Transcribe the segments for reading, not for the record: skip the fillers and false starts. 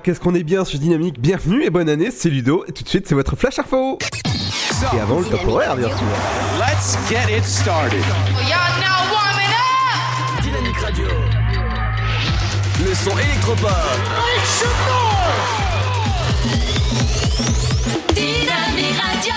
qu'est-ce qu'on est bien sur Dynamique. Bienvenue et bonne année, c'est Ludo. Et tout de suite, c'est votre Flash Info. Et avant le top horaire, bien sûr. Let's get it started. Y'all now warming up. Dynamique Radio. Le son électropop. Make some noise. Dynamique Radio.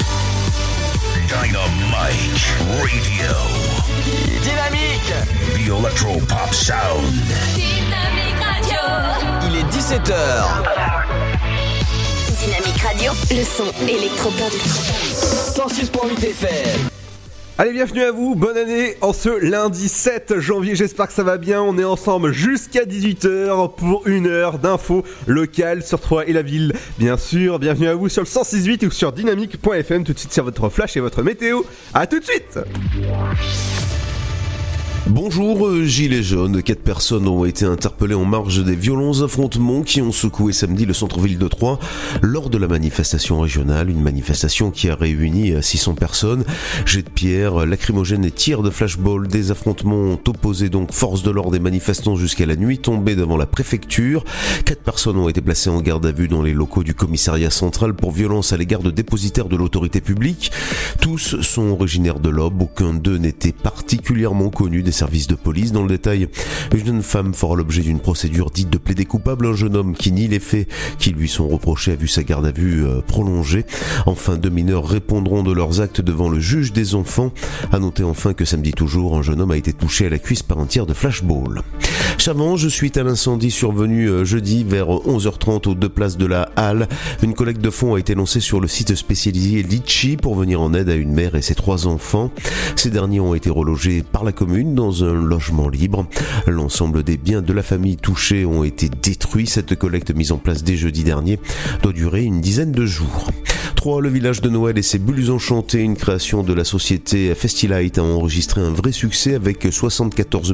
Dynamite Radio. Dynamique. The Electropop Sound. Dynamique Radio. Il est 17h. Dynamique Radio, le son électropop. 106.8 FM. Allez, bienvenue à vous, bonne année en ce lundi 7 janvier, j'espère que ça va bien, on est ensemble jusqu'à 18h pour une heure d'infos locales sur Troyes et la ville, bien sûr. Bienvenue à vous sur le 106.8 ou sur dynamique.fm, tout de suite sur votre flash et votre météo. À tout de suite. Bonjour, Gilets jaunes. 4 personnes ont été interpellées en marge des violents affrontements qui ont secoué samedi le centre-ville de Troyes lors de la manifestation régionale, une manifestation qui a réuni 600 personnes. Jets de pierre, lacrymogènes et tirs de flashball. Des affrontements ont opposé donc force de l'ordre et manifestants jusqu'à la nuit tombée devant la préfecture. 4 personnes ont été placées en garde à vue dans les locaux du commissariat central pour violence à l'égard de dépositaires de l'autorité publique. Tous sont originaires de l'Aube, aucun d'eux n'était particulièrement connu des services de police. Dans le détail, une jeune femme fera l'objet d'une procédure dite de plaidé coupable. Un jeune homme qui nie les faits qui lui sont reprochés a vu sa garde à vue prolongée. Enfin, 2 mineurs répondront de leurs actes devant le juge des enfants. À noter enfin que samedi toujours, un jeune homme a été touché à la cuisse par un tir de flashball. Chavanges, suite à l'incendie survenu jeudi vers 11h30 aux 2 places de la Halle, une collecte de fonds a été lancée sur le site spécialisé Litchi pour venir en aide à une mère et ses 3 enfants. Ces derniers ont été relogés par la commune dans un logement libre. L'ensemble des biens de la famille touchée ont été détruits. Cette collecte mise en place dès jeudi dernier doit durer une dizaine de jours. 3. Le village de Noël et ses bulles enchantées, une création de la société Festilight, a enregistré un vrai succès avec 74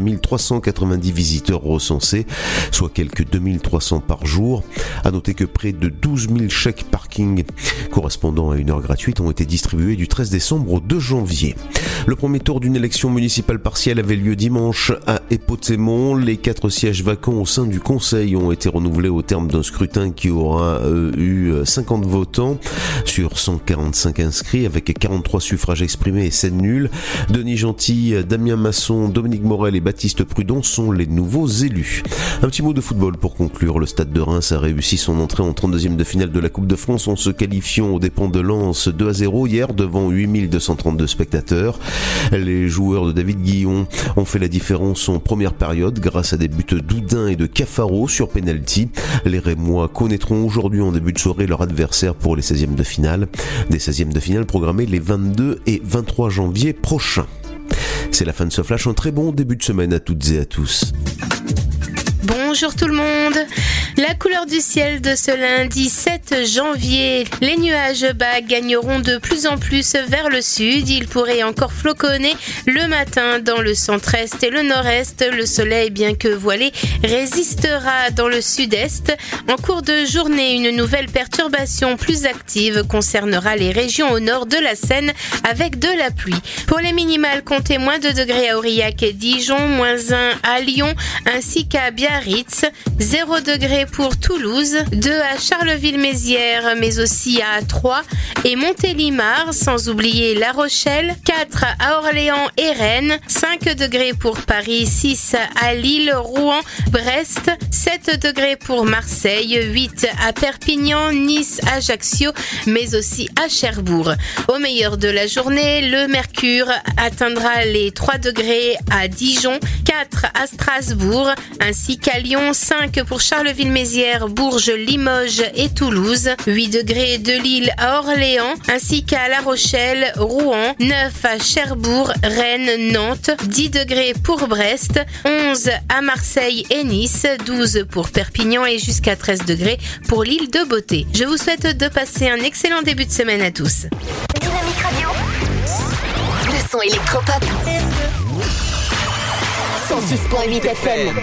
390 visiteurs recensés, soit quelques 2300 par jour. À noter que près de 12 000 chèques parking correspondant à une heure gratuite ont été distribués du 13 décembre au 2 janvier. Le premier tour d'une élection municipale partielle avait lieu dimanche à Épotémont. Les 4 sièges vacants au sein du conseil ont été renouvelés au terme d'un scrutin qui aura eu 50 votants sur 145 inscrits avec 43 suffrages exprimés et 7 nuls. Denis Gentil, Damien Masson, Dominique Morel et Baptiste Prudon sont les nouveaux élus. Un petit mot de football pour conclure. Le Stade de Reims a réussi son entrée en 32e de finale de la Coupe de France en se qualifiant aux dépens de Lens 2-0 hier devant 8232 spectateurs. Les joueurs de David Guillon ont fait la différence en première période grâce à des buts d'Oudin et de Cafaro sur penalty. Les Rémois connaîtront aujourd'hui en début de soirée leur adversaire pour les 16e de finale. Des 16e de finale programmés les 22 et 23 janvier prochains. C'est la fin de ce flash. Un très bon début de semaine à toutes et à tous. Bonjour tout le monde. La couleur du ciel de ce lundi 7 janvier. Les nuages bas gagneront de plus en plus vers le sud. Il pourrait encore floconner le matin dans le centre-est et le nord-est. Le soleil, bien que voilé, résistera dans le sud-est. En cours de journée, une nouvelle perturbation plus active concernera les régions au nord de la Seine avec de la pluie. Pour les minimales, comptez moins 2 degrés à Aurillac et Dijon, moins 1 à Lyon ainsi qu'à Biarritz, 0 degrés pour Toulouse, 2 à Charleville-Mézières, mais aussi à Troyes et Montélimar, sans oublier La Rochelle, 4 à Orléans et Rennes, 5 degrés pour Paris, 6 à Lille, Rouen, Brest, 7 degrés pour Marseille, 8 à Perpignan, Nice, Ajaccio, mais aussi à Cherbourg. Au meilleur de la journée, le mercure atteindra les 3 degrés à Dijon, 4 à Strasbourg, ainsi qu'à Lyon, 5 pour Charleville-Mézières, Bourges, Limoges et Toulouse, 8 degrés de Lille à Orléans, ainsi qu'à La Rochelle, Rouen, 9 à Cherbourg, Rennes, Nantes, 10 degrés pour Brest, 11 à Marseille et Nice, 12 pour Perpignan et jusqu'à 13 degrés pour l'île de Beauté. Je vous souhaite de passer un excellent début de semaine à tous. Dynamique Radio, le son électropop. 106.8 FM.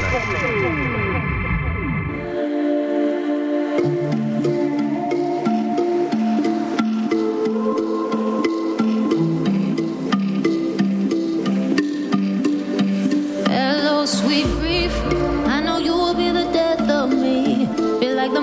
Hello, sweet grief. I know you will be the death of me. Feel like the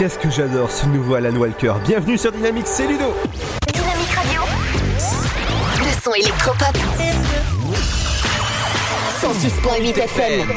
qu'est-ce que j'adore ce nouveau Alan Walker. Bienvenue sur Dynamique, c'est Ludo. Dynamique Radio. Le son électropop. 106.8 FM.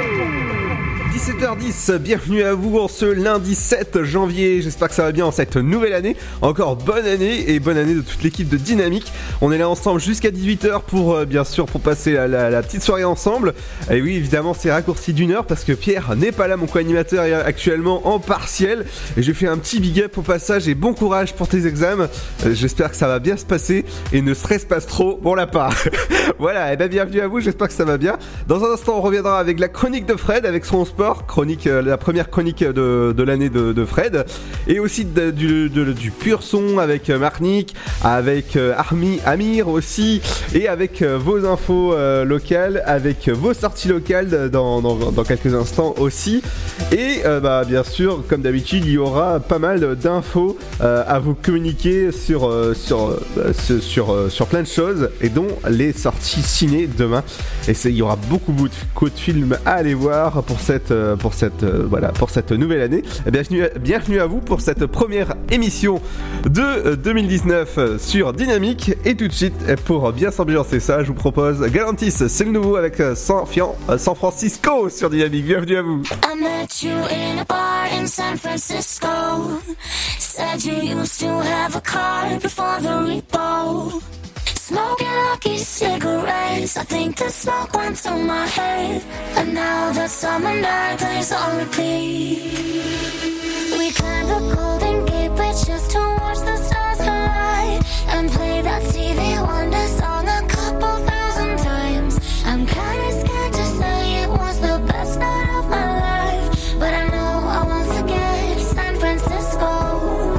17h10, bienvenue à vous en ce lundi 7 janvier, j'espère que ça va bien en cette nouvelle année, encore bonne année et bonne année de toute l'équipe de Dynamique. On est là ensemble jusqu'à 18h pour bien sûr pour passer la petite soirée ensemble. Et oui, évidemment c'est raccourci d'une heure parce que Pierre n'est pas là, mon co-animateur est actuellement en partiel. Et je fais un petit big up au passage et bon courage pour tes examens, j'espère que ça va bien se passer et ne stresse pas trop pour la part. Voilà, et bien bienvenue à vous, j'espère que ça va bien. Dans un instant on reviendra avec la chronique de Fred, avec son sport. La première chronique de l'année de Fred, et aussi du pur son avec Marnik, avec Amir aussi, et avec vos infos locales, avec vos sorties locales dans quelques instants aussi, et bien sûr comme d'habitude il y aura pas mal d'infos à vous communiquer sur plein de choses, et dont les sorties ciné demain, et il y aura beaucoup de films à aller voir pour cette nouvelle année. Bienvenue à vous pour cette première émission de 2019 sur Dynamique. Et tout de suite, pour bien s'ambiancer ça, je vous propose Galantis, c'est le nouveau avec San Francisco sur Dynamique. Bienvenue à vous. I met you in a bar in San Francisco. Said you used to have a car before the repo. Smoking lucky cigarettes, I think the smoke went to my head. And now the summer night plays on repeat. We climbed the Golden Gate Bridge just to watch the stars collide, and play that Stevie Wonder song a couple thousand times. I'm kinda scared to say it was the best night of my life, but I know I won't forget San Francisco.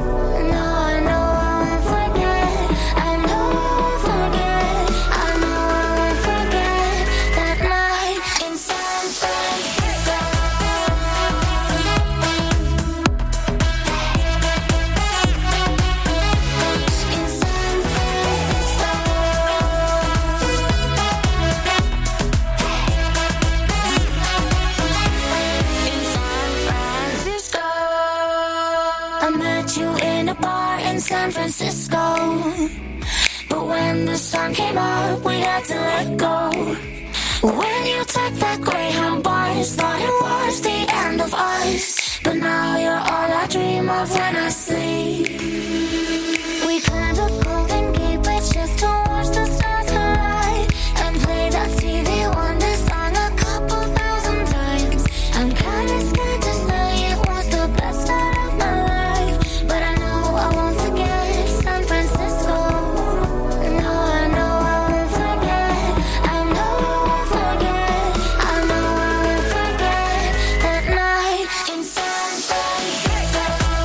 San Francisco, but when the sun came up, we had to let go. When you took that Greyhound bus, thought it was the end of us, but now you're all I dream of when I sleep. We climbed the Golden Gate Bridge just to watch the stars collide, and play that Stevie Wonder song a couple thousand times. I'm kinda scared to say it was the best night of my life, but I know I won't forget San Francisco. No, I know I won't forget. I know I won't forget. I know I won't forget that night in San Francisco.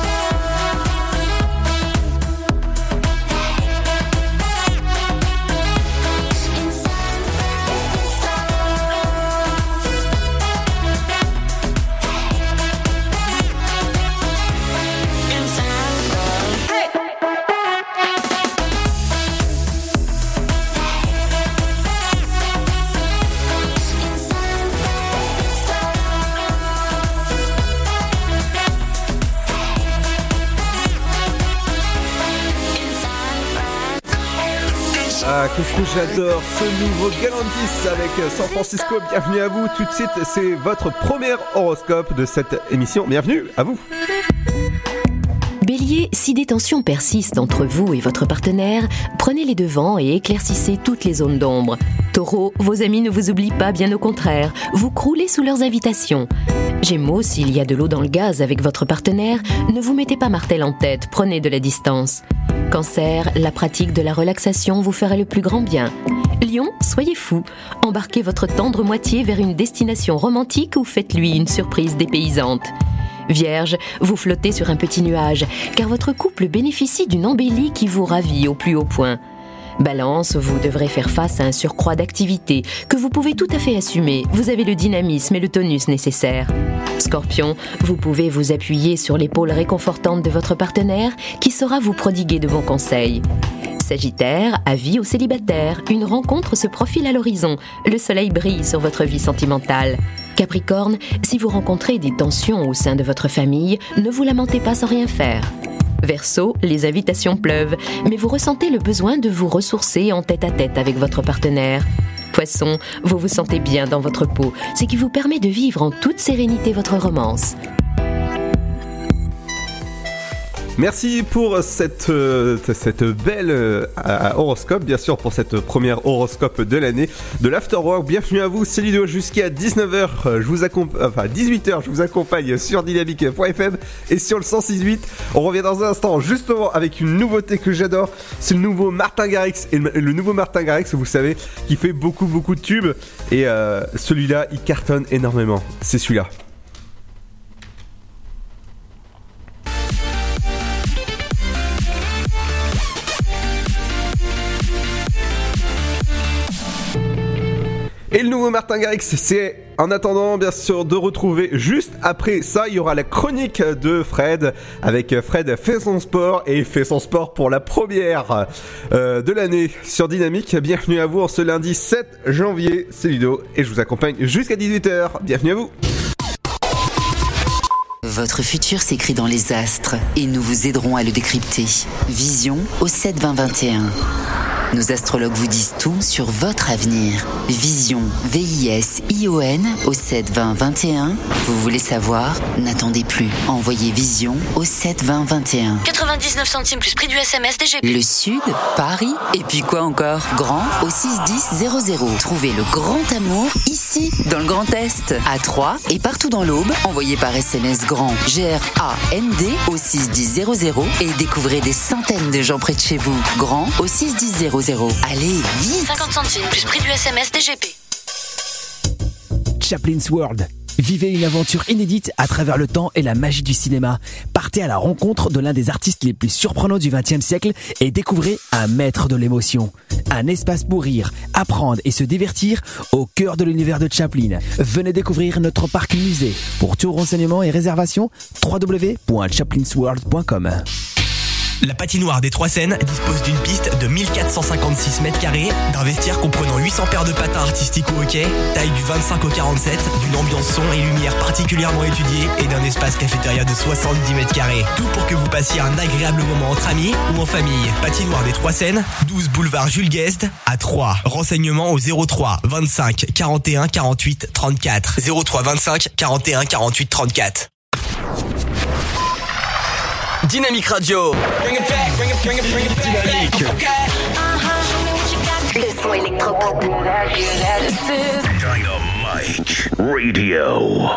In San Francisco. In San Francisco. Ah, qu'est-ce que j'adore ce nouveau Galantis avec San Francisco. Bienvenue à vous. Tout de suite, c'est votre premier horoscope de cette émission. Bienvenue à vous. Bélier, si des tensions persistent entre vous et votre partenaire, prenez les devants et éclaircissez toutes les zones d'ombre. Taureau, vos amis ne vous oublient pas, bien au contraire, vous croulez sous leurs invitations. Gémeaux, s'il y a de l'eau dans le gaz avec votre partenaire, ne vous mettez pas martel en tête, prenez de la distance. Cancer, la pratique de la relaxation vous fera le plus grand bien. Lion, soyez fou, embarquez votre tendre moitié vers une destination romantique ou faites-lui une surprise dépaysante. Vierge, vous flottez sur un petit nuage, car votre couple bénéficie d'une embellie qui vous ravit au plus haut point. Balance, vous devrez faire face à un surcroît d'activité que vous pouvez tout à fait assumer, vous avez le dynamisme et le tonus nécessaires. Scorpion, vous pouvez vous appuyer sur l'épaule réconfortante de votre partenaire qui saura vous prodiguer de bons conseils. Sagittaire, avis aux célibataires, une rencontre se profile à l'horizon, le soleil brille sur votre vie sentimentale. Capricorne, si vous rencontrez des tensions au sein de votre famille, ne vous lamentez pas sans rien faire. Verseau, les invitations pleuvent, mais vous ressentez le besoin de vous ressourcer en tête-à-tête avec votre partenaire. Poisson, vous vous sentez bien dans votre peau, ce qui vous permet de vivre en toute sérénité votre romance. Merci pour cette belle horoscope, bien sûr pour cette première horoscope de l'année de l'Afterwork. Bienvenue à vous, c'est Ludo jusqu'à 19h, 18h, je vous accompagne sur dynamique.fm et sur le 106.8. On revient dans un instant justement avec une nouveauté que j'adore, c'est le nouveau Martin Garrix. Et le nouveau Martin Garrix, vous savez, qui fait beaucoup de tubes et celui-là, il cartonne énormément, c'est celui-là. Et le nouveau Martin Garrix, c'est en attendant bien sûr de retrouver juste après ça, il y aura la chronique de Fred avec Fred fait son sport et il fait son sport pour la première de l'année sur Dynamique. Bienvenue à vous en ce lundi 7 janvier, c'est Ludo et je vous accompagne jusqu'à 18h. Bienvenue à vous. Votre futur s'écrit dans les astres et nous vous aiderons à le décrypter. Vision au 7-20-21. Nos astrologues vous disent tout sur votre avenir. Vision, V-I-S-I-O-N au 7-20-21. Vous voulez savoir? N'attendez plus. Envoyez Vision au 7-20-21. 99 centimes plus prix du SMS DGP. Le Sud, Paris, et puis quoi encore? Grand au 61000. Trouvez le grand amour ici, dans le Grand Est, à Troyes et partout dans l'Aube. Envoyez par SMS GRAND, G-R-A-N-D au 61000 et découvrez des centaines de gens près de chez vous. Grand au 61000. Allez, vite! 50 centimes plus prix du SMS DGP. Chaplin's World. Vivez une aventure inédite à travers le temps et la magie du cinéma. Partez à la rencontre de l'un des artistes les plus surprenants du XXe siècle et découvrez un maître de l'émotion. Un espace pour rire, apprendre et se divertir au cœur de l'univers de Chaplin. Venez découvrir notre parc musée. Pour tout renseignement et réservation, www.chaplinsworld.com. La patinoire des Trois Seines dispose d'une piste de 1456 mètres carrés, d'un vestiaire comprenant 800 paires de patins artistiques au hockey, taille du 25 au 47, d'une ambiance son et lumière particulièrement étudiée et d'un espace cafétéria de 70 mètres carrés. Tout pour que vous passiez un agréable moment entre amis ou en famille. Patinoire des Trois Seines, 12 boulevard Jules Guest à Troyes. Renseignements au 03 25 41 48 34. 03 25 41 48 34. Dynamique Radio. Bring it back, bring it back. Dynamique. Le son électropop. Dynamique Radio.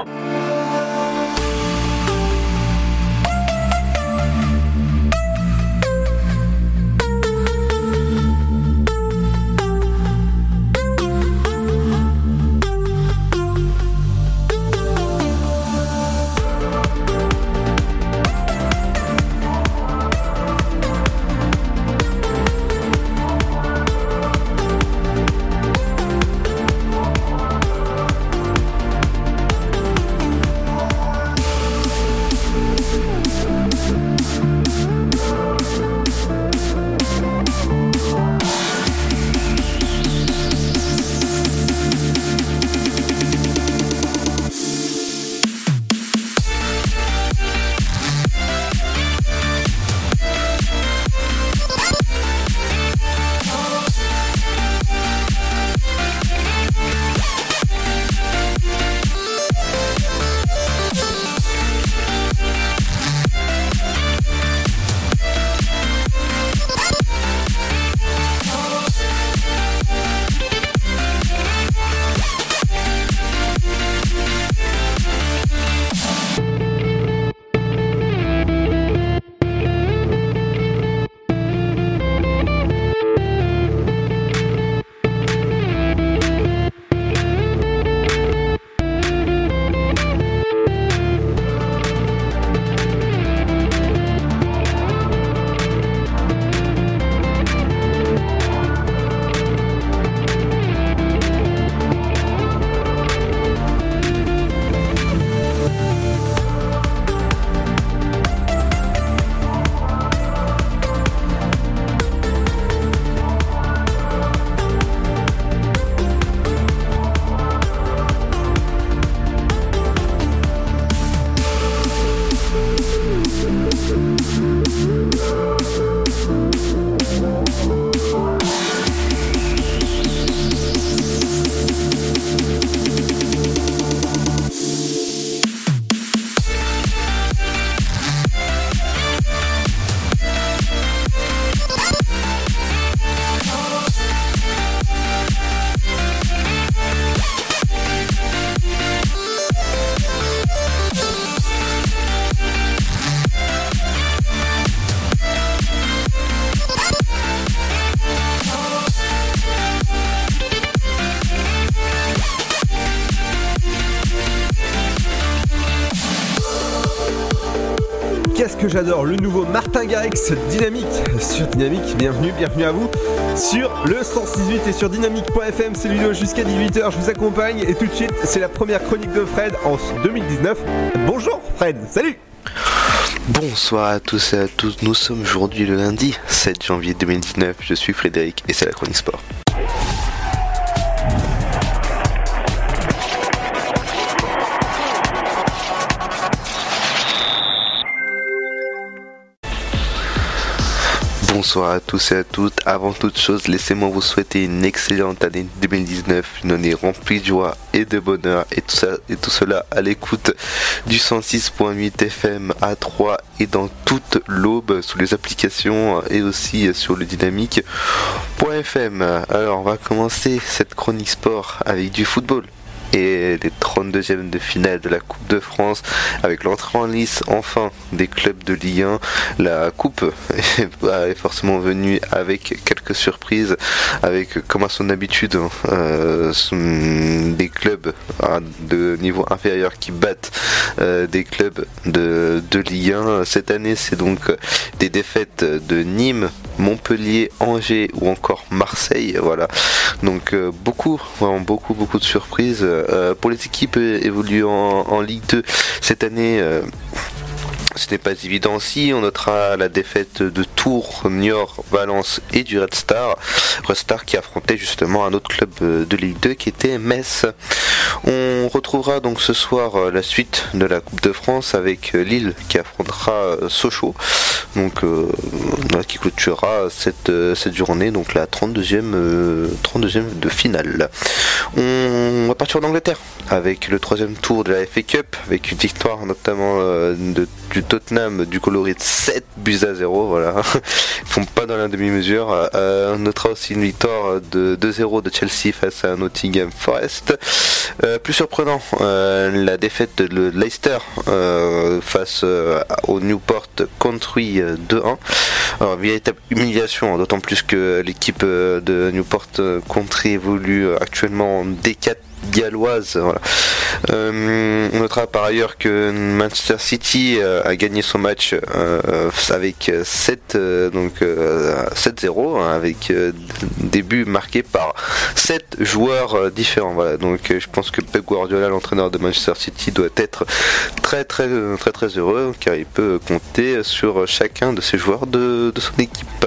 que j'adore, le nouveau Martin Garrix Dynamique sur Dynamique. Bienvenue à vous sur le 106.8 et sur dynamique.fm. C'est Ludo jusqu'à 18h, je vous accompagne et tout de suite c'est la première chronique de Fred en 2019. Bonjour Fred, salut. Bonsoir à tous et à toutes, nous sommes aujourd'hui le lundi 7 janvier 2019, je suis Frédéric et c'est la chronique sport. Bonsoir à tous et à toutes. Avant toute chose, laissez-moi vous souhaiter une excellente année 2019, une année remplie de joie et de bonheur, et tout cela à l'écoute du 106.8 FM à 3 et dans toute l'Aube sous les applications et aussi sur le dynamique.fm. Alors on va commencer cette chronique sport avec du football et les 32e de finale de la Coupe de France avec l'entrée en lice enfin des clubs de Ligue 1. La Coupe est forcément venue avec quelques surprises, avec comme à son habitude des clubs de niveau inférieur qui battent des clubs de Ligue 1. Cette année c'est donc des défaites de Nîmes, Montpellier, Angers ou encore Marseille. Voilà, donc beaucoup de surprises. Pour les équipes évoluant en Ligue 2 cette année, ce n'est pas évident aussi. On notera la défaite de Tours, Niort, Valence et du Red Star qui affrontait justement un autre club de Ligue 2 qui était Metz. On retrouvera donc ce soir la suite de la Coupe de France avec Lille qui affrontera Sochaux, donc qui clôturera cette journée, donc la 32e de finale. On va partir en Angleterre avec le 3e tour de la FA Cup avec une victoire notamment du Tottenham du coloris de 7-0. Voilà, ils font pas dans la demi-mesure. On notera aussi une victoire de 2-0 de Chelsea face à Nottingham Forest. Plus surprenant, la défaite de Leicester face au Newport Country 2-1. Alors, véritable humiliation, d'autant plus que l'équipe de Newport Country évolue actuellement en D4 galloise. Voilà. On notera par ailleurs que Manchester City a gagné son match avec 7-0 avec des buts marqués par 7 joueurs différents. Voilà. Donc je pense que Pep Guardiola, l'entraîneur de Manchester City, doit être très heureux car il peut compter sur chacun de ses joueurs de son équipe.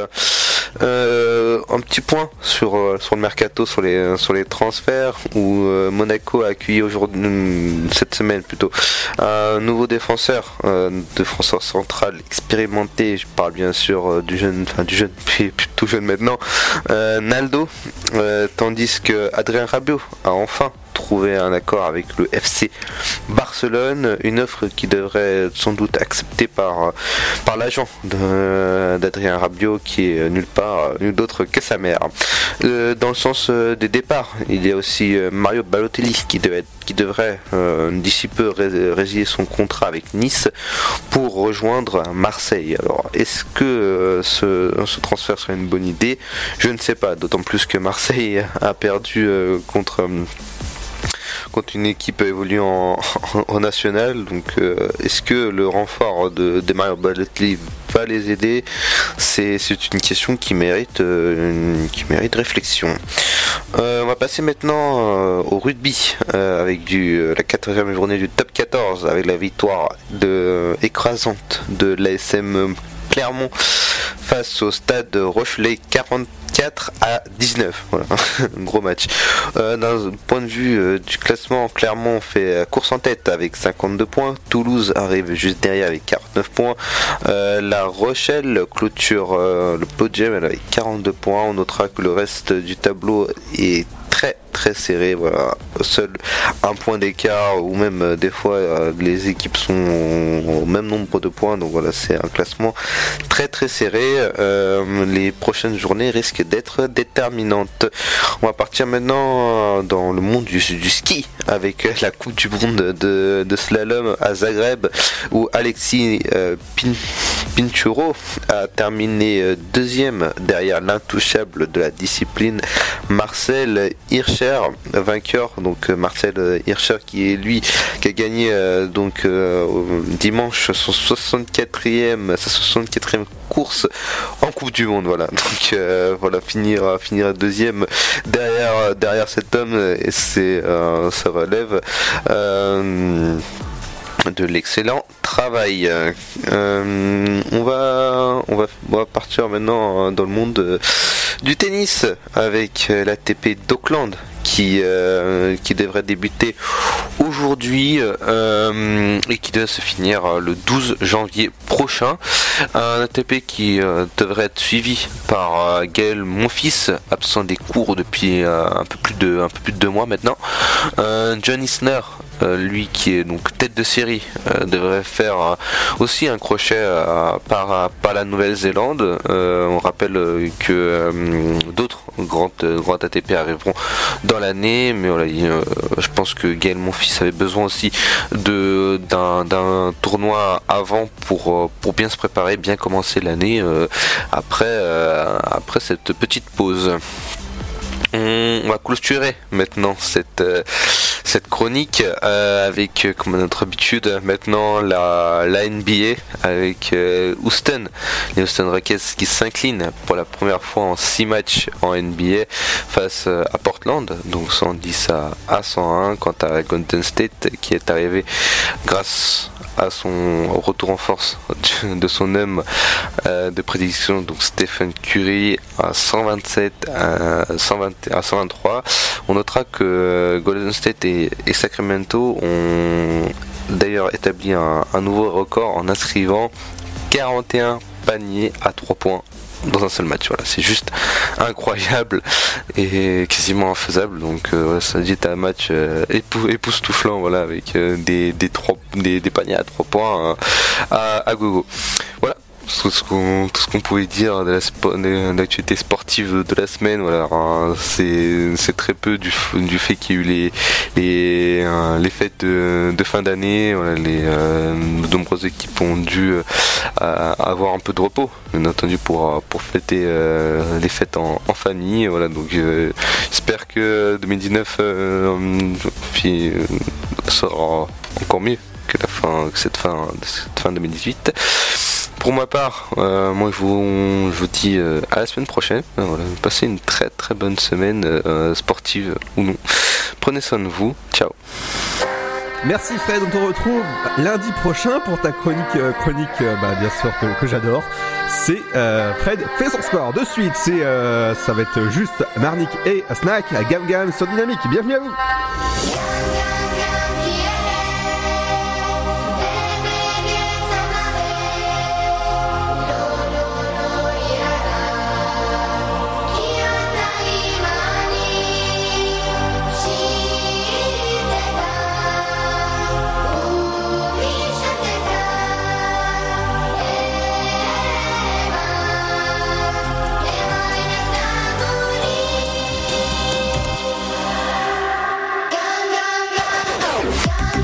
Un petit point sur le mercato, sur les transferts où Monaco a accueilli cette semaine plutôt un nouveau défenseur central expérimenté. Je parle bien sûr du jeune puis tout jeune maintenant, Naldo, tandis que Adrien Rabiot a enfin trouvé un accord avec le FC Barcelone, une offre qui devrait sans doute acceptée par l'agent d'Adrien Rabiot qui est nul d'autre que sa mère. Dans le sens des départs, il y a aussi Mario Balotelli qui devrait d'ici peu résilier son contrat avec Nice pour rejoindre Marseille. Alors est-ce que ce transfert serait une bonne idée? Je ne sais pas, d'autant plus que Marseille a perdu contre une équipe évoluant en national. Donc est-ce que le renfort de Mario Balotelli va les aider? C'est une question qui mérite réflexion. On va passer maintenant au rugby avec la 4e journée du top 14 avec la victoire écrasante de l'ASM Clermont face au stade Rochelet 44-19. Voilà, un gros match. D'un point de vue du classement, Clermont fait course en tête avec 52 points. Toulouse arrive juste derrière avec 49 points. La Rochelle clôture le podium avec 42 points. On notera que le reste du tableau est très serré, voilà, seul un point d'écart ou même des fois les équipes sont au même nombre de points, donc voilà, c'est un classement très serré. Les prochaines journées risquent d'être déterminantes. On va partir maintenant dans le monde du ski avec la Coupe du Monde de slalom à Zagreb où Alexis Pinchuro a terminé deuxième derrière l'intouchable de la discipline Marcel Hirscher, vainqueur. Donc Marcel Hirscher qui a gagné dimanche sa 64e course en Coupe du Monde. Voilà, donc finir deuxième derrière cet homme, et ça relève de l'excellent travail. On va partir maintenant dans le monde du tennis avec l'ATP d'Auckland qui devrait débuter aujourd'hui et qui doit se finir le 12 janvier prochain. Un ATP qui devrait être suivi par Gaël Monfils, absent des cours depuis un peu plus de 2 mois maintenant. John Isner, lui qui est donc tête de série, devrait faire aussi un crochet par la Nouvelle-Zélande. On rappelle que d'autres grands ATP arriveront dans l'année, mais voilà, je pense que Gaël Monfils avait besoin aussi d'un tournoi avant pour bien se préparer, bien commencer l'année après cette petite pause. On va clôturer maintenant cette chronique avec, comme à notre habitude, maintenant la NBA avec les Houston Rockets qui s'inclinent pour la première fois en 6 matchs en NBA face à Portland, donc 110 à 101, quant à Golden State qui est arrivé grâce à son retour en force de son homme de prédiction, donc Stephen Curry, à 127 à 123. On notera que Golden State et Sacramento ont d'ailleurs établi un nouveau record en inscrivant 41 paniers à 3 points dans un seul match. Voilà, c'est juste incroyable et quasiment infaisable. Donc ça dit un match époustouflant, voilà, avec des paniers à 3 points à gogo. Voilà tout ce qu'on pouvait dire de l'actualité sportive de la semaine. Voilà, c'est très peu du fait qu'il y a eu les fêtes de fin d'année. Voilà, les nombreuses équipes ont dû avoir un peu de repos, bien entendu, pour fêter les fêtes en famille. Voilà, donc j'espère que 2019 sera encore mieux que cette fin 2018. Pour ma part, moi je vous dis à la semaine prochaine. Voilà, passez une très très bonne semaine, sportive ou non. Prenez soin de vous. Ciao. Merci Fred, on te retrouve lundi prochain pour ta chronique bien sûr que j'adore. C'est Fred fait son sport. De suite, ça va être juste Marnik et Snack à Gam Gam sur Dynamique. Bienvenue à vous. Go, go, go.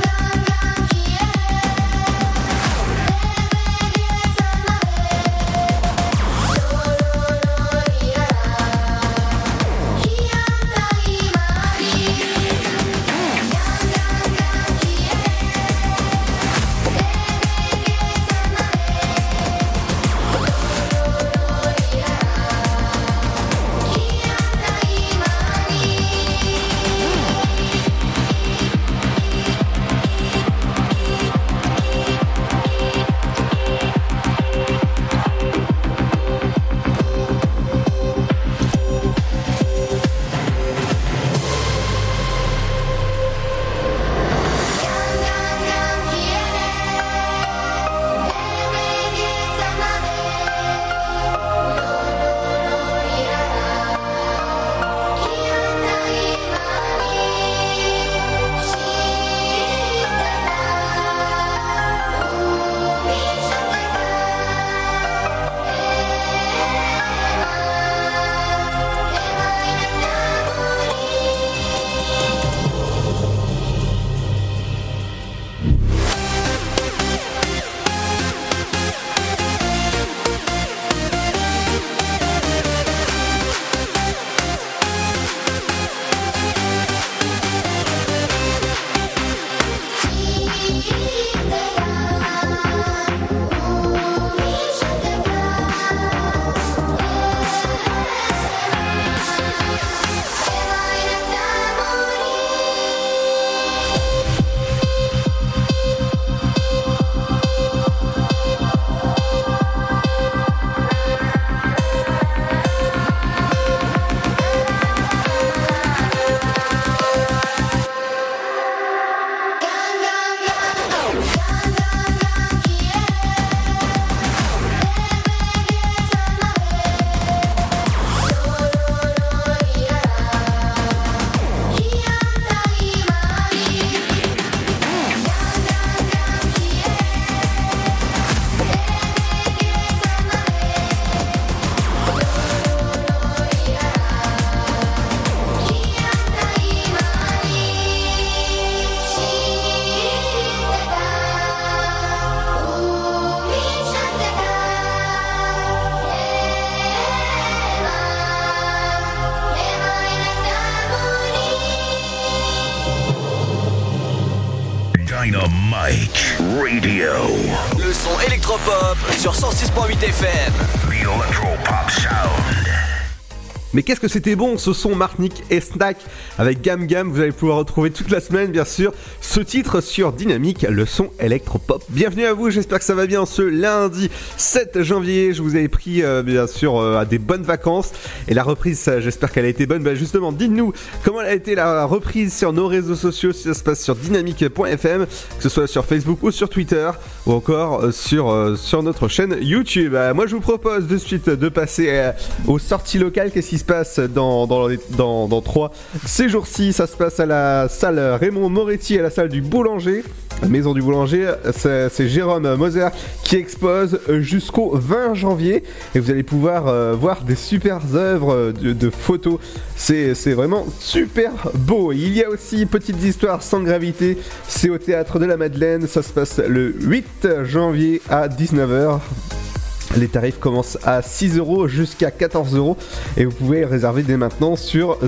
Dynamite Radio. Le son électropop sur 106.8 FM. The Electropop Sound. Mais qu'est-ce que c'était bon ce son Martinique et Snack avec Gam Gam. Vous allez pouvoir retrouver toute la semaine bien sûr ce titre sur Dynamique, le son électropop. Bienvenue à vous, j'espère que ça va bien ce lundi 7 janvier. Je vous avais pris bien sûr à des bonnes vacances. Et la reprise, j'espère qu'elle a été bonne. Justement, dites-nous comment elle a été la reprise sur nos réseaux sociaux, si ça se passe sur dynamique.fm, que ce soit sur Facebook ou sur Twitter, ou encore sur notre chaîne YouTube. Moi je vous propose de suite de passer aux sorties locales. Qu'est-ce qui se passe dans 3 ces jours-ci? Ça se passe à la salle Raymond Moretti, à la salle du Boulanger, la maison du Boulanger. C'est Jérôme Moser qui expose jusqu'au 20 janvier et vous allez pouvoir voir des super œuvres de photos. C'est vraiment super beau. Il y a aussi Petites Histoires sans gravité, c'est au Théâtre de la Madeleine. Ça se passe le 8 janvier à 19h. Les tarifs commencent à 6€ jusqu'à 14€ et vous pouvez réserver dès maintenant sur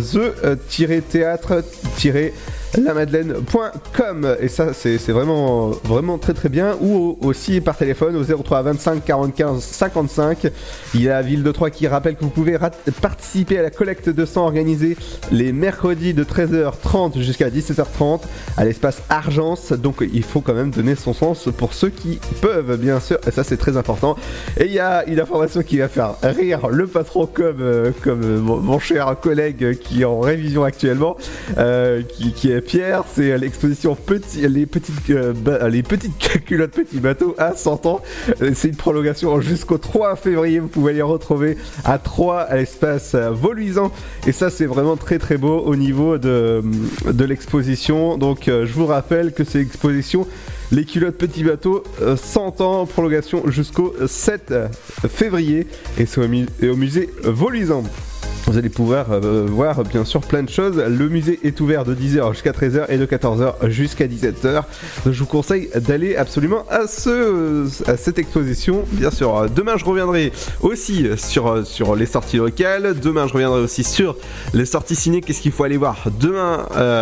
the-théâtre-lamadeleine.com. Et ça c'est vraiment très très bien. Ou aussi par téléphone au 03 25 45 55. Il y a la ville de Troyes qui rappelle que vous pouvez participer à la collecte de sang organisée les mercredis de 13h30 jusqu'à 17h30 à l'espace Argence. Donc il faut quand même donner son sens pour ceux qui peuvent, bien sûr, et ça c'est très important. Et il y a une information qui va faire rire le patron comme mon cher collègue qui est en révision actuellement, qui est Pierre. C'est l'exposition les petites culottes petits bateaux à 100 ans. C'est une prolongation jusqu'au 3 février. Vous pouvez les retrouver à Troyes à l'espace Voluisant. Et ça c'est vraiment très très beau au niveau de l'exposition. Donc je vous rappelle que c'est l'exposition Les culottes petits bateaux 100 ans, prolongation jusqu'au 7 février et c'est au musée Voluisant. Vous allez pouvoir voir bien sûr plein de choses. Le musée est ouvert de 10h jusqu'à 13h et de 14h jusqu'à 17h. Je vous conseille d'aller absolument à cette exposition. Bien sûr, demain je reviendrai aussi sur les sorties locales. Demain je reviendrai aussi sur les sorties ciné. Qu'est-ce qu'il faut aller voir demain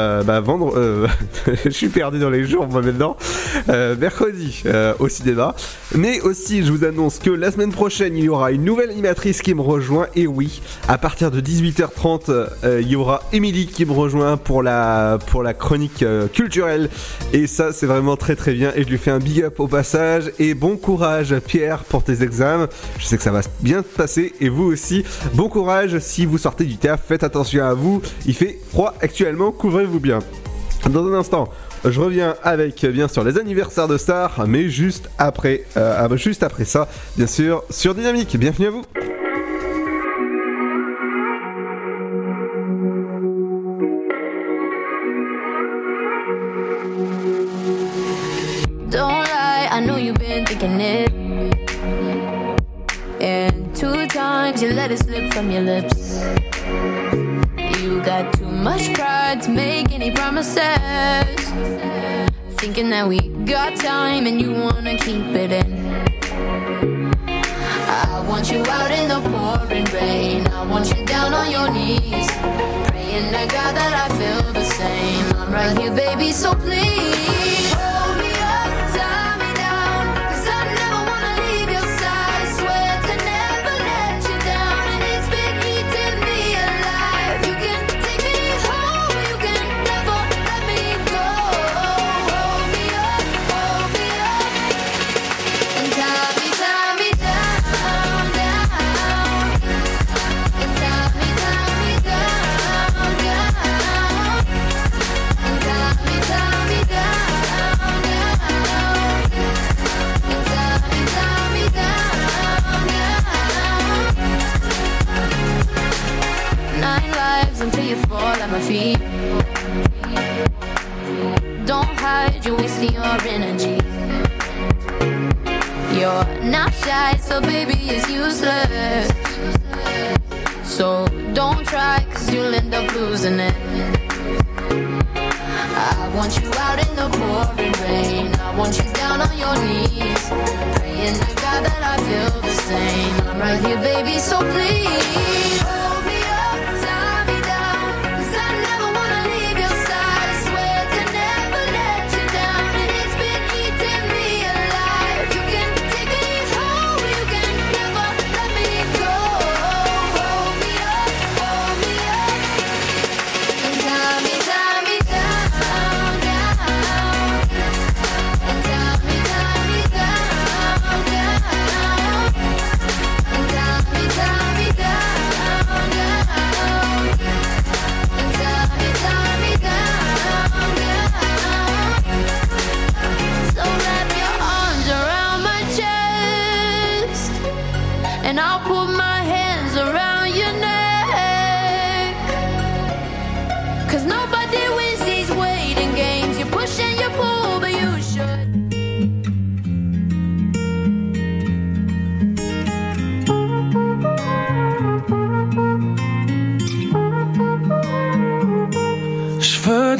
je suis perdu dans les jours moi maintenant. Mercredi au cinéma. Mais aussi je vous annonce que la semaine prochaine il y aura une nouvelle animatrice qui me rejoint. Et oui, à partir de 18h30 il y aura Émilie qui me rejoint pour la chronique culturelle et ça c'est vraiment très très bien et je lui fais un big up au passage. Et bon courage Pierre pour tes examens, je sais que ça va bien se passer et vous aussi bon courage si vous sortez du théâtre, faites attention à vous, il fait froid actuellement, couvrez-vous bien. Dans un instant je reviens avec bien sûr les anniversaires de stars, mais juste après ça bien sûr sur Dynamique. Bienvenue à vous. I know you've been thinking it, and 2 times you let it slip from your lips. You got too much pride to make any promises, thinking that we got time and you wanna keep it in. I want you out in the pouring rain, I want you down on your knees, praying to God that I feel the same. I'm right here baby, so please hold me up, tie me down, 'cause I never wanna leave your side. I swear to never let you down, and it's been eating me alive. You can take me home, you can never let me go. Hold me up, and tie me down, down, and tie me down, down, and tie me down, until you fall at my feet. Don't hide, you're wasting your energy. You're not shy, so baby it's useless. So don't try, 'cause you'll end up losing it. I want you out in the pouring rain, I want you down on your knees, praying to God that I feel the same. I'm right here baby, so please hold me up, tie me down, 'cause I never wanna leave your side. I swear to never let you down, and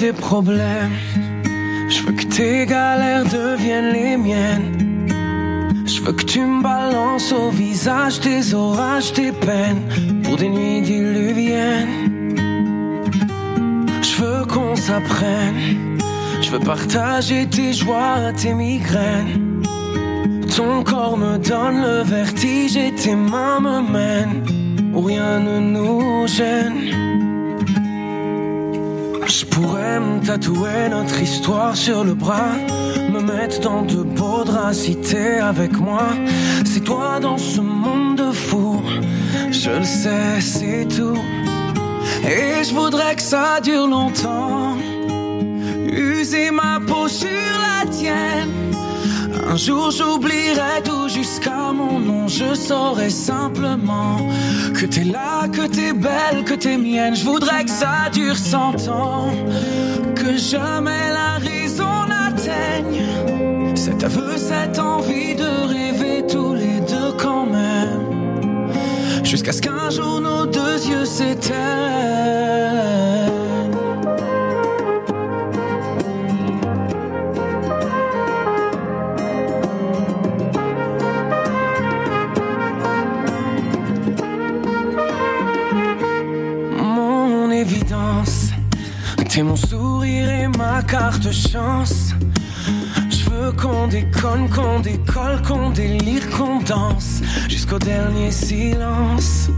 tes problèmes. Je veux que tes galères deviennent les miennes. Je veux que tu me balances au visage tes orages, tes peines, pour des nuits diluviennes. Je veux qu'on s'apprenne. Je veux partager tes joies, tes migraines. Ton corps me donne le vertige et tes mains me mènent où rien ne nous gêne. Je pourrais me tatouer notre histoire sur le bras, me mettre dans de beaux draps si t'es avec moi. C'est toi dans ce monde de fous, je le sais, c'est tout. Et je voudrais que ça dure longtemps, user ma peau sur la tienne. Un jour j'oublierai tout jusqu'à mon nom. Je saurai simplement que t'es là, que t'es belle, que t'es mienne. Je voudrais que ça dure 100 ans, que jamais la raison n'atteigne cet aveu, cette envie de rêver tous les deux quand même, jusqu'à ce qu'un jour nos deux yeux s'éteignent. T'es mon sourire et ma carte chance. Je veux qu'on déconne, qu'on décolle, qu'on délire, qu'on danse jusqu'au dernier silence.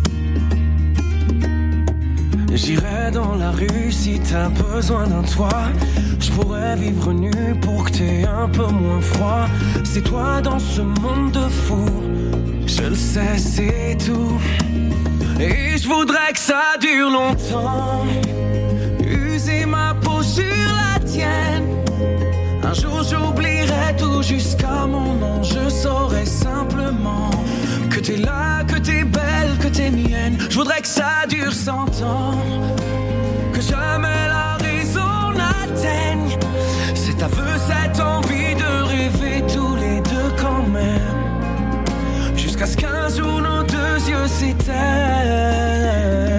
J'irai dans la rue si t'as besoin d'un toit. Je pourrais vivre nu pour que t'aies un peu moins froid. C'est toi dans ce monde de fous, je le sais, c'est tout. Et je voudrais que ça dure longtemps, user ma peau sur la tienne. Un jour j'oublierai tout jusqu'à mon nom. Je saurai simplement que t'es là, que t'es belle, que t'es mienne. Je voudrais que ça dure 100 ans, que jamais la raison n'atteigne cet aveu, cette envie de rêver tous les deux quand même, jusqu'à ce qu'un jour nos deux yeux s'éteignent.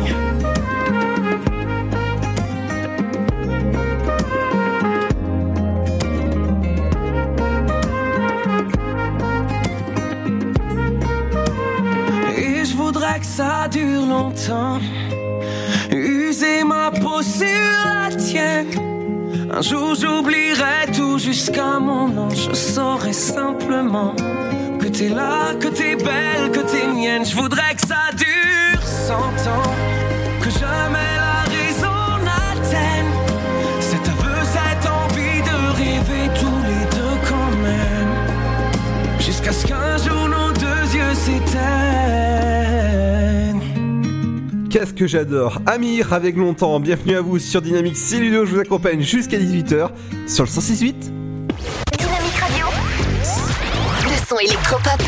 Que ça dure longtemps, user ma peau sur la tienne. Un jour j'oublierai tout jusqu'à mon nom. Je saurai simplement que t'es là, que t'es belle, que t'es mienne. Je voudrais que ça dure 100 ans, que jamais la raison n'atteigne cet aveu, cette envie de rêver tous les deux quand même, jusqu'à ce qu'un jour nos deux yeux s'éteignent. Qu'est-ce que j'adore Amir avec Longtemps, bienvenue à vous sur Dynamique, c'est Ludo, je vous accompagne jusqu'à 18h sur le 106.8 Dynamique Radio. Le son électropop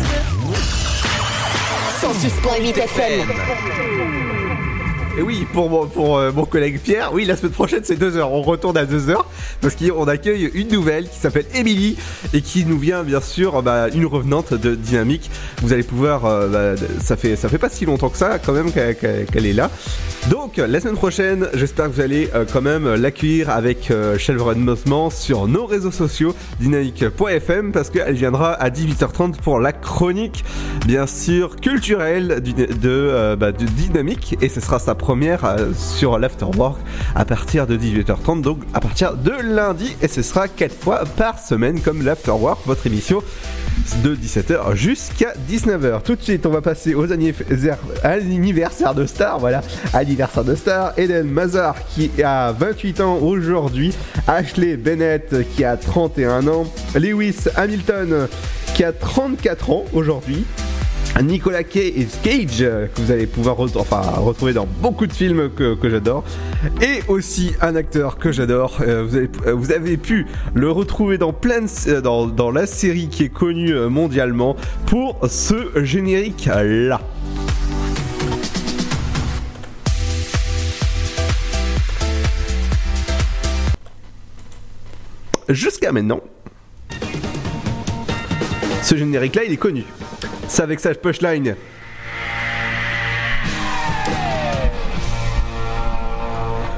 106.8 FM. Et oui, pour mon collègue Pierre, oui, la semaine prochaine c'est 2h, on retourne à 2h parce qu'on accueille une nouvelle qui s'appelle Émilie et qui nous vient bien sûr une revenante de Dynamique. Vous allez pouvoir, ça fait pas si longtemps que ça quand même qu'elle est là. Donc la semaine prochaine, j'espère que vous allez quand même l'accueillir avec Shelveren Mossman sur nos réseaux sociaux dynamique.fm parce qu'elle viendra à 18h30 pour la chronique bien sûr culturelle de Dynamique et ce sera sa première sur l'Afterwork à partir de 18h30, donc à partir de lundi, et ce sera 4 fois par semaine comme l'Afterwork, votre émission de 17h jusqu'à 19h. Tout de suite, on va passer à l'anniversaire de Star, voilà, anniversaire de Star. Eden Mazar qui a 28 ans aujourd'hui, Ashley Bennett qui a 31 ans, Lewis Hamilton qui a 34 ans aujourd'hui, Nicolas Cage que vous allez pouvoir retrouver dans beaucoup de films que j'adore, et aussi un acteur que j'adore, vous avez pu le retrouver dans dans la série qui est connue mondialement pour ce générique là. Jusqu'à maintenant, ce générique là il est connu. C'est avec sa punchline.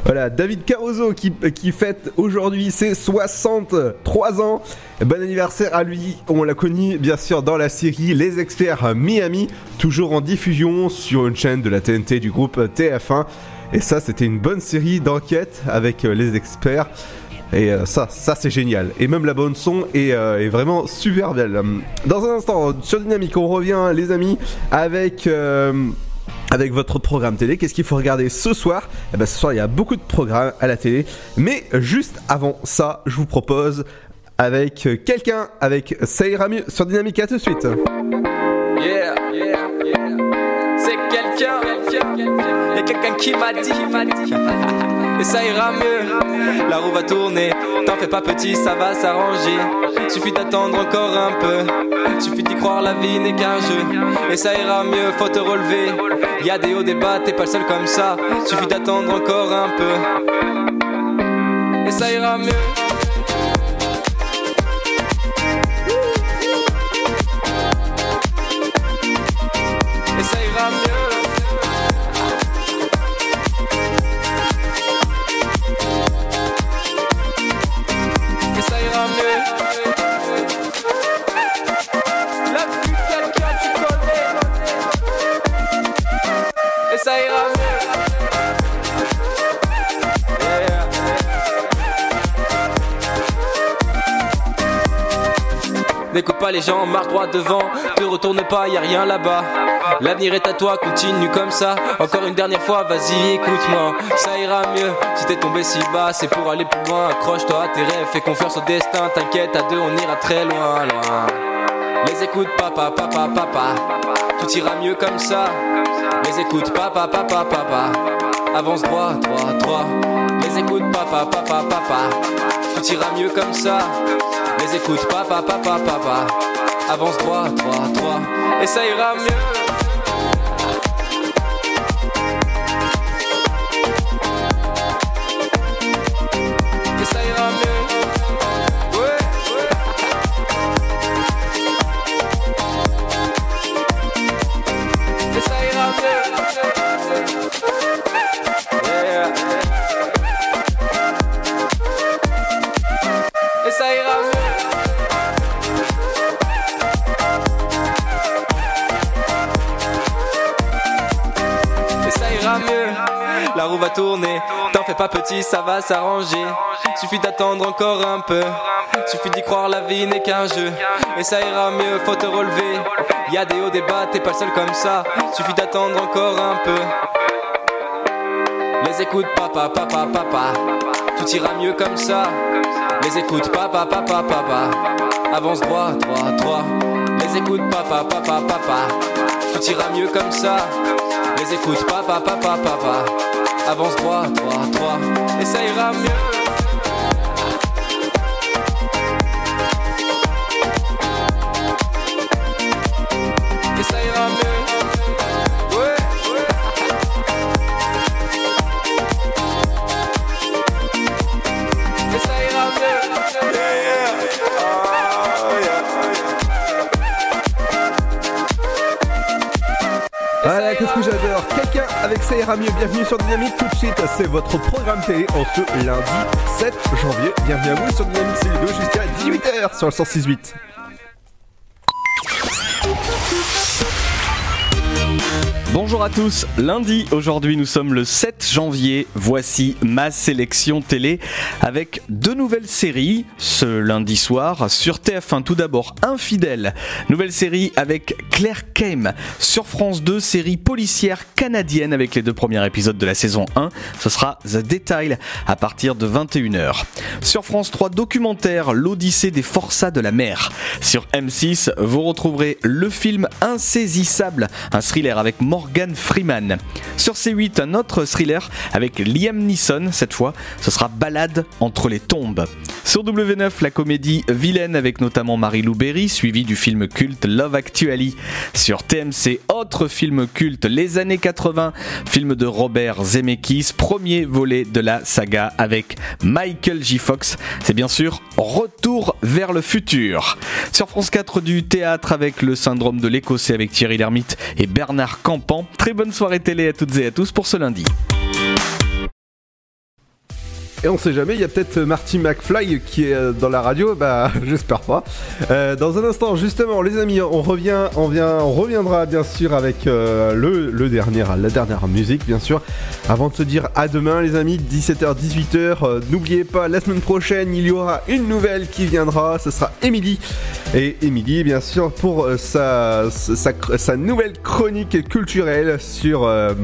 Voilà, David Caruso qui fête aujourd'hui ses 63 ans. Bon anniversaire à lui, on l'a connu bien sûr dans la série Les Experts Miami, toujours en diffusion sur une chaîne de la TNT du groupe TF1. Et ça, c'était une bonne série d'enquête avec les experts. Et ça c'est génial. Et même la bande son est vraiment super belle. Dans un instant, sur Dynamique, on revient les amis avec votre programme télé. Qu'est-ce qu'il faut regarder ce soir ? Ce soir il y a beaucoup de programmes à la télé. Mais juste avant ça, je vous propose avec quelqu'un, avec Ça ira mieux sur Dynamique. À tout de suite. Yeah. C'est quelqu'un. Il y a quelqu'un qui m'a dit. Et ça ira mieux. La roue va tourner. T'en fais pas petit, ça va s'arranger. Suffit d'attendre encore un peu. Suffit d'y croire, la vie n'est qu'un jeu. Et ça ira mieux, faut te relever. Y'a des hauts, des bas, t'es pas le seul comme ça. Suffit d'attendre encore un peu. Et ça ira mieux. Et ça ira mieux. Et ça ira mieux. La vue de quelqu'un tu connais. Et ça ira mieux. Yeah. N'écoute pas les gens, marche droit devant. Te retourne pas, y'a rien là-bas. L'avenir est à toi, continue comme ça. Encore une dernière fois, vas-y, écoute-moi. Ça ira mieux, si t'es tombé si bas, c'est pour aller plus loin. Accroche-toi à tes rêves, fais confiance au destin. T'inquiète, à deux, on ira très loin, loin. Les écoute, papa. Tout ira mieux comme ça. Les écoute, papa. Avance droit. Les écoute, papa. Tout ira mieux comme ça. Les écoute, papa. Avance droit. Et ça ira mieux. Et ça ira mieux. Ouais. Et ça ira mieux. Yeah. Et ça ira mieux. Mieux. La roue va tourner, t'en fais pas petit, ça va s'arranger. Suffit d'attendre encore un peu. Suffit d'y croire, la vie n'est qu'un jeu. Et ça ira mieux, faut te relever. Y'a des hauts, des bas, t'es pas le seul comme ça. Suffit d'attendre encore un peu. Les écoute, papa. Tout ira mieux comme ça. Les écoute, papa. Avance droit. Les écoute, papa. Tout ira mieux comme ça. Les écoute, papa. Avance droit. Et ça ira mieux. Et ça ira mieux. Ouais. Et ça ira mieux. Yeah. Oh, yeah. Voilà, qu'est-ce que j'adore. Quelqu'un avec Ça ira mieux. Bienvenue sur Dynamique. Tout de suite, c'est votre programme télé en ce lundi 7 janvier. Bienvenue à vous sur Dynamique CU2 jusqu'à 18h sur le 106.8. Bonjour à tous, lundi, aujourd'hui nous sommes le 7 janvier, voici ma sélection télé avec deux nouvelles séries ce lundi soir sur TF1. Tout d'abord Infidèles, nouvelle série avec Claire Kame. Sur France 2, série policière canadienne avec les deux premiers épisodes de la saison 1, ce sera The Detail à partir de 21h. Sur France 3, documentaire L'Odyssée des forçats de la mer. Sur M6, vous retrouverez le film Insaisissable, un thriller avec Morgan Freeman. Sur C8, un autre thriller avec Liam Neeson, cette fois, ce sera Balade entre les tombes. Sur W9, la comédie Vilaine avec notamment Marie-Lou Berry, suivie du film culte Love Actually. Sur TMC, autre film culte, Les années 80, film de Robert Zemeckis, premier volet de la saga avec Michael J. Fox. C'est bien sûr Retour vers le futur. Sur France 4, du théâtre avec Le syndrome de l'Écossais avec Thierry Lhermitte et Bernard Campan. Très bonne soirée télé à toutes et à tous pour ce lundi. Et on sait jamais, il y a peut-être Marty McFly qui est dans la radio, bah j'espère pas. Dans un instant, justement, les amis, on reviendra bien sûr avec la dernière musique, bien sûr. Avant de se dire à demain, les amis, 17h, 18h. N'oubliez pas, la semaine prochaine, il y aura une nouvelle qui viendra. Ce sera Émilie. Et Émilie, bien sûr, pour sa nouvelle chronique culturelle sur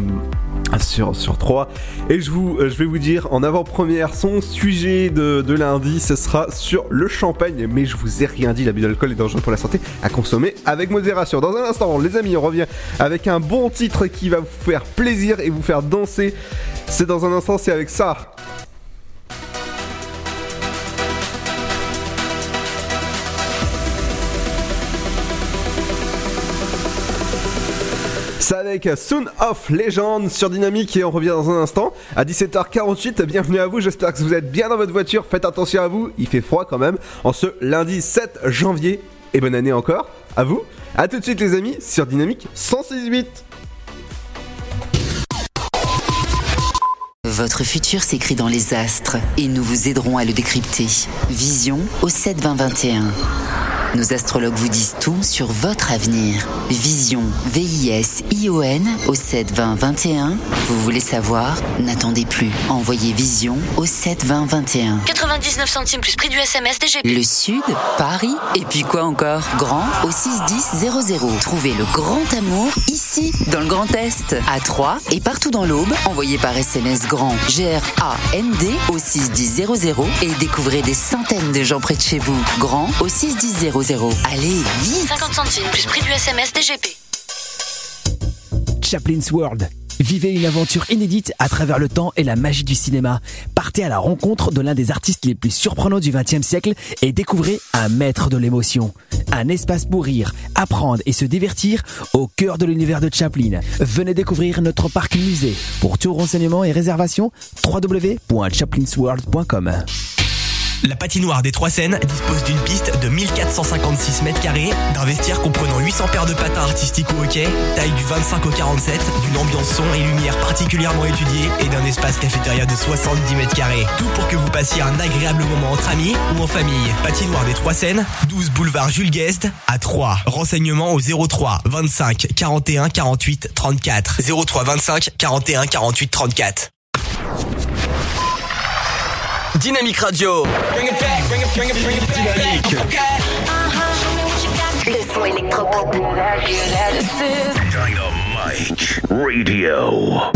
3. Et je vais vous dire en avant-première son sujet de lundi, ce sera sur le champagne, mais je vous ai rien dit, l'abus d'alcool est dangereux pour la santé, à consommer avec modération. Dans un instant, les amis, on revient avec un bon titre qui va vous faire plaisir et vous faire danser. C'est dans un instant, c'est avec ça. C'est avec Son of Legend sur Dynamique et on revient dans un instant à 17h48. Bienvenue à vous, j'espère que vous êtes bien dans votre voiture. Faites attention à vous, il fait froid quand même en ce lundi 7 janvier. Et bonne année encore à vous. A tout de suite les amis sur Dynamique 106.8. Votre futur s'écrit dans les astres et nous vous aiderons à le décrypter. Vision au 7-20-21. Nos astrologues vous disent tout sur votre avenir. Vision, V-I-S-I-O-N au 7-20-21. Vous voulez savoir? N'attendez plus. Envoyez Vision au 7-20-21. 99 centimes plus prix du SMS DGP. Le Sud, Paris, et puis quoi encore? Grand au 61000. Trouvez le grand amour ici, dans le Grand Est, à Troyes et partout dans l'Aube. Envoyez par SMS grand G-R-A-N-D au 61000 et découvrez des centaines de gens près de chez vous. Grand au 61000. Allez, vite! 50 centimes plus prix du SMS DGP. Chaplin's World. Vivez une aventure inédite à travers le temps et la magie du cinéma. Partez à la rencontre de l'un des artistes les plus surprenants du XXe siècle et découvrez un maître de l'émotion. Un espace pour rire, apprendre et se divertir au cœur de l'univers de Chaplin. Venez découvrir notre parc musée. Pour tout renseignement et réservation, www.chaplinsworld.com. La patinoire des Trois Seines dispose d'une piste de 1456 mètres carrés, d'un vestiaire comprenant 800 paires de patins artistiques au hockey, taille du 25 au 47, d'une ambiance son et lumière particulièrement étudiée et d'un espace cafétéria de 70 mètres carrés. Tout pour que vous passiez un agréable moment entre amis ou en famille. Patinoire des Trois Seines, 12 boulevard Jules Guest à Troyes. Renseignements au 03 25 41 48 34. 03 25 41 48 34. Dynamique Radio. Bring it back, bring it back. Okay. Le son électropop. Dynamique Radio.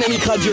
Dynamique Radio.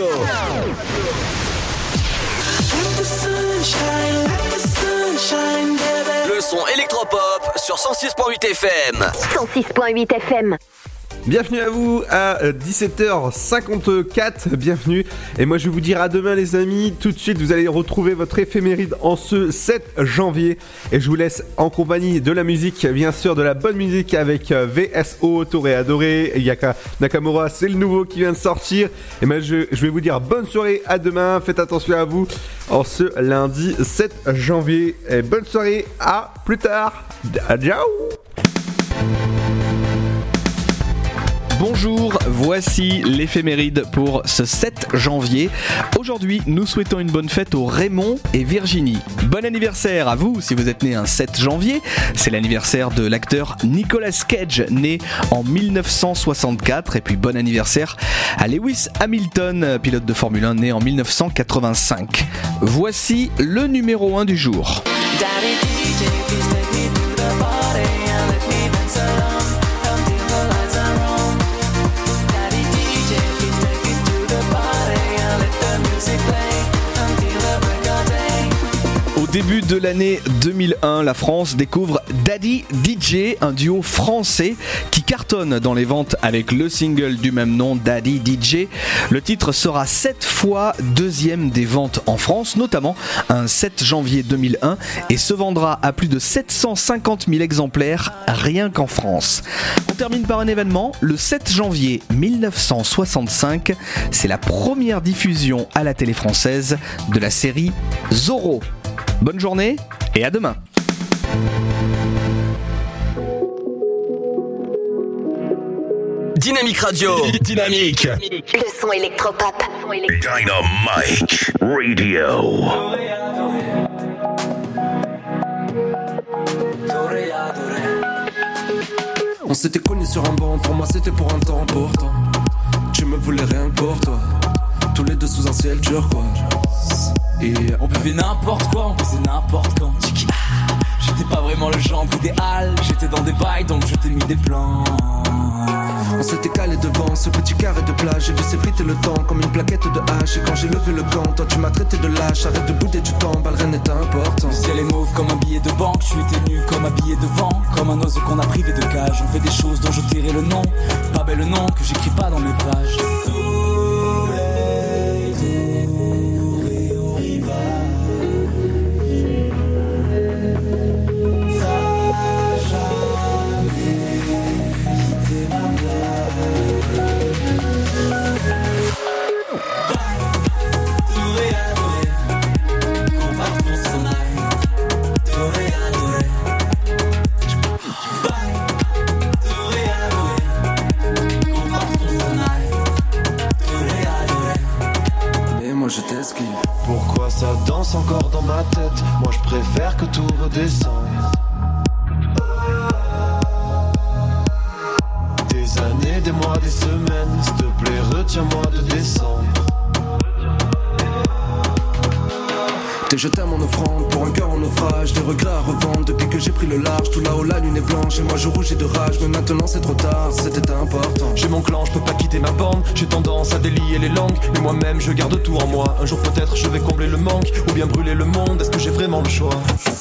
Le son électropop sur 106.8 FM. 106.8 FM. Bienvenue à vous à 17h54, bienvenue. Et moi je vais vous dire à demain les amis. Tout de suite vous allez retrouver votre éphéméride en ce 7 janvier. Et je vous laisse en compagnie de la musique, bien sûr de la bonne musique avec VSO, Toréadoré, Yaka Nakamura, c'est le nouveau qui vient de sortir. Et moi je vais vous dire bonne soirée, à demain, faites attention à vous en ce lundi 7 janvier. Et bonne soirée, à plus tard, ciao. Bonjour, voici l'éphéméride pour ce 7 janvier. Aujourd'hui, nous souhaitons une bonne fête aux Raymond et Virginie. Bon anniversaire à vous si vous êtes né un 7 janvier. C'est l'anniversaire de l'acteur Nicolas Cage, né en 1964. Et puis bon anniversaire à Lewis Hamilton, pilote de Formule 1, né en 1985. Voici le numéro 1 du jour. Au début de l'année 2001, la France découvre Daddy DJ, un duo français qui cartonne dans les ventes avec le single du même nom, Daddy DJ. Le titre sera 7 fois deuxième des ventes en France, notamment un 7 janvier 2001, et se vendra à plus de 750 000 exemplaires rien qu'en France. On termine par un événement, le 7 janvier 1965, c'est la première diffusion à la télé française de la série Zorro. Bonne journée et à demain. Dynamique Radio. Dynamique. Le son électropop. Dynamique Radio. On s'était connus sur un banc, pour moi c'était pour un temps pourtant. Tu me voulais rien que pour toi. Tous les deux sous un ciel turquoise. Et on buvait n'importe quoi, on faisait n'importe quand. J'étais pas vraiment le genre idéal. J'étais dans des bails donc je t'ai mis des plans. On s'était calé devant ce petit carré de plage. J'ai dû s'effriter le temps comme une plaquette de hache. Et quand j'ai levé le gant, toi tu m'as traité de lâche. Arrête de bouder du temps, balle rien n'est important. Le ciel est mauve comme un billet de banque. Je suis nu comme un billet de vent. Comme un oiseau qu'on a privé de cage. On fait des choses dont je tairai le nom. Pas bel nom que j'écris pas dans mes pages. Pourquoi ça danse encore dans ma tête? Moi je préfère que tout redescende. Des années, des mois, des semaines. S'il te plaît, retiens-moi de décembre. T'es jeté à mon offrande pour un cœur en naufrage. Des regrets à revendre depuis que j'ai pris le large. Tout là-haut la lune est blanche et moi je rougis de rage. Mais maintenant c'est trop tard, c'était important. J'ai mon clan, je peux pas quitter ma bande. J'ai tendance à délier les langues, mais moi-même je garde tout en moi. Un jour peut-être je vais combler le manque ou bien brûler le monde. Est-ce que j'ai vraiment le choix?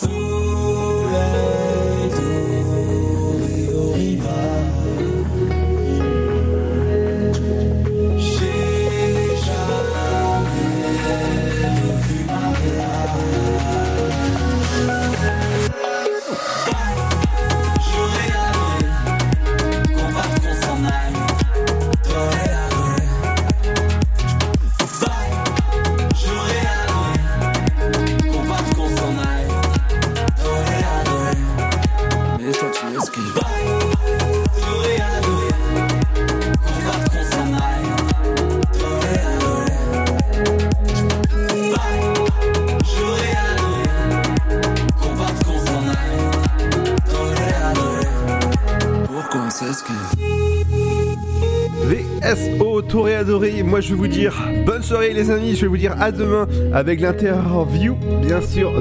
VSO, Toréadoré. Moi je vais vous dire bonne soirée les amis. Je vais vous dire à demain avec l'interview bien sûr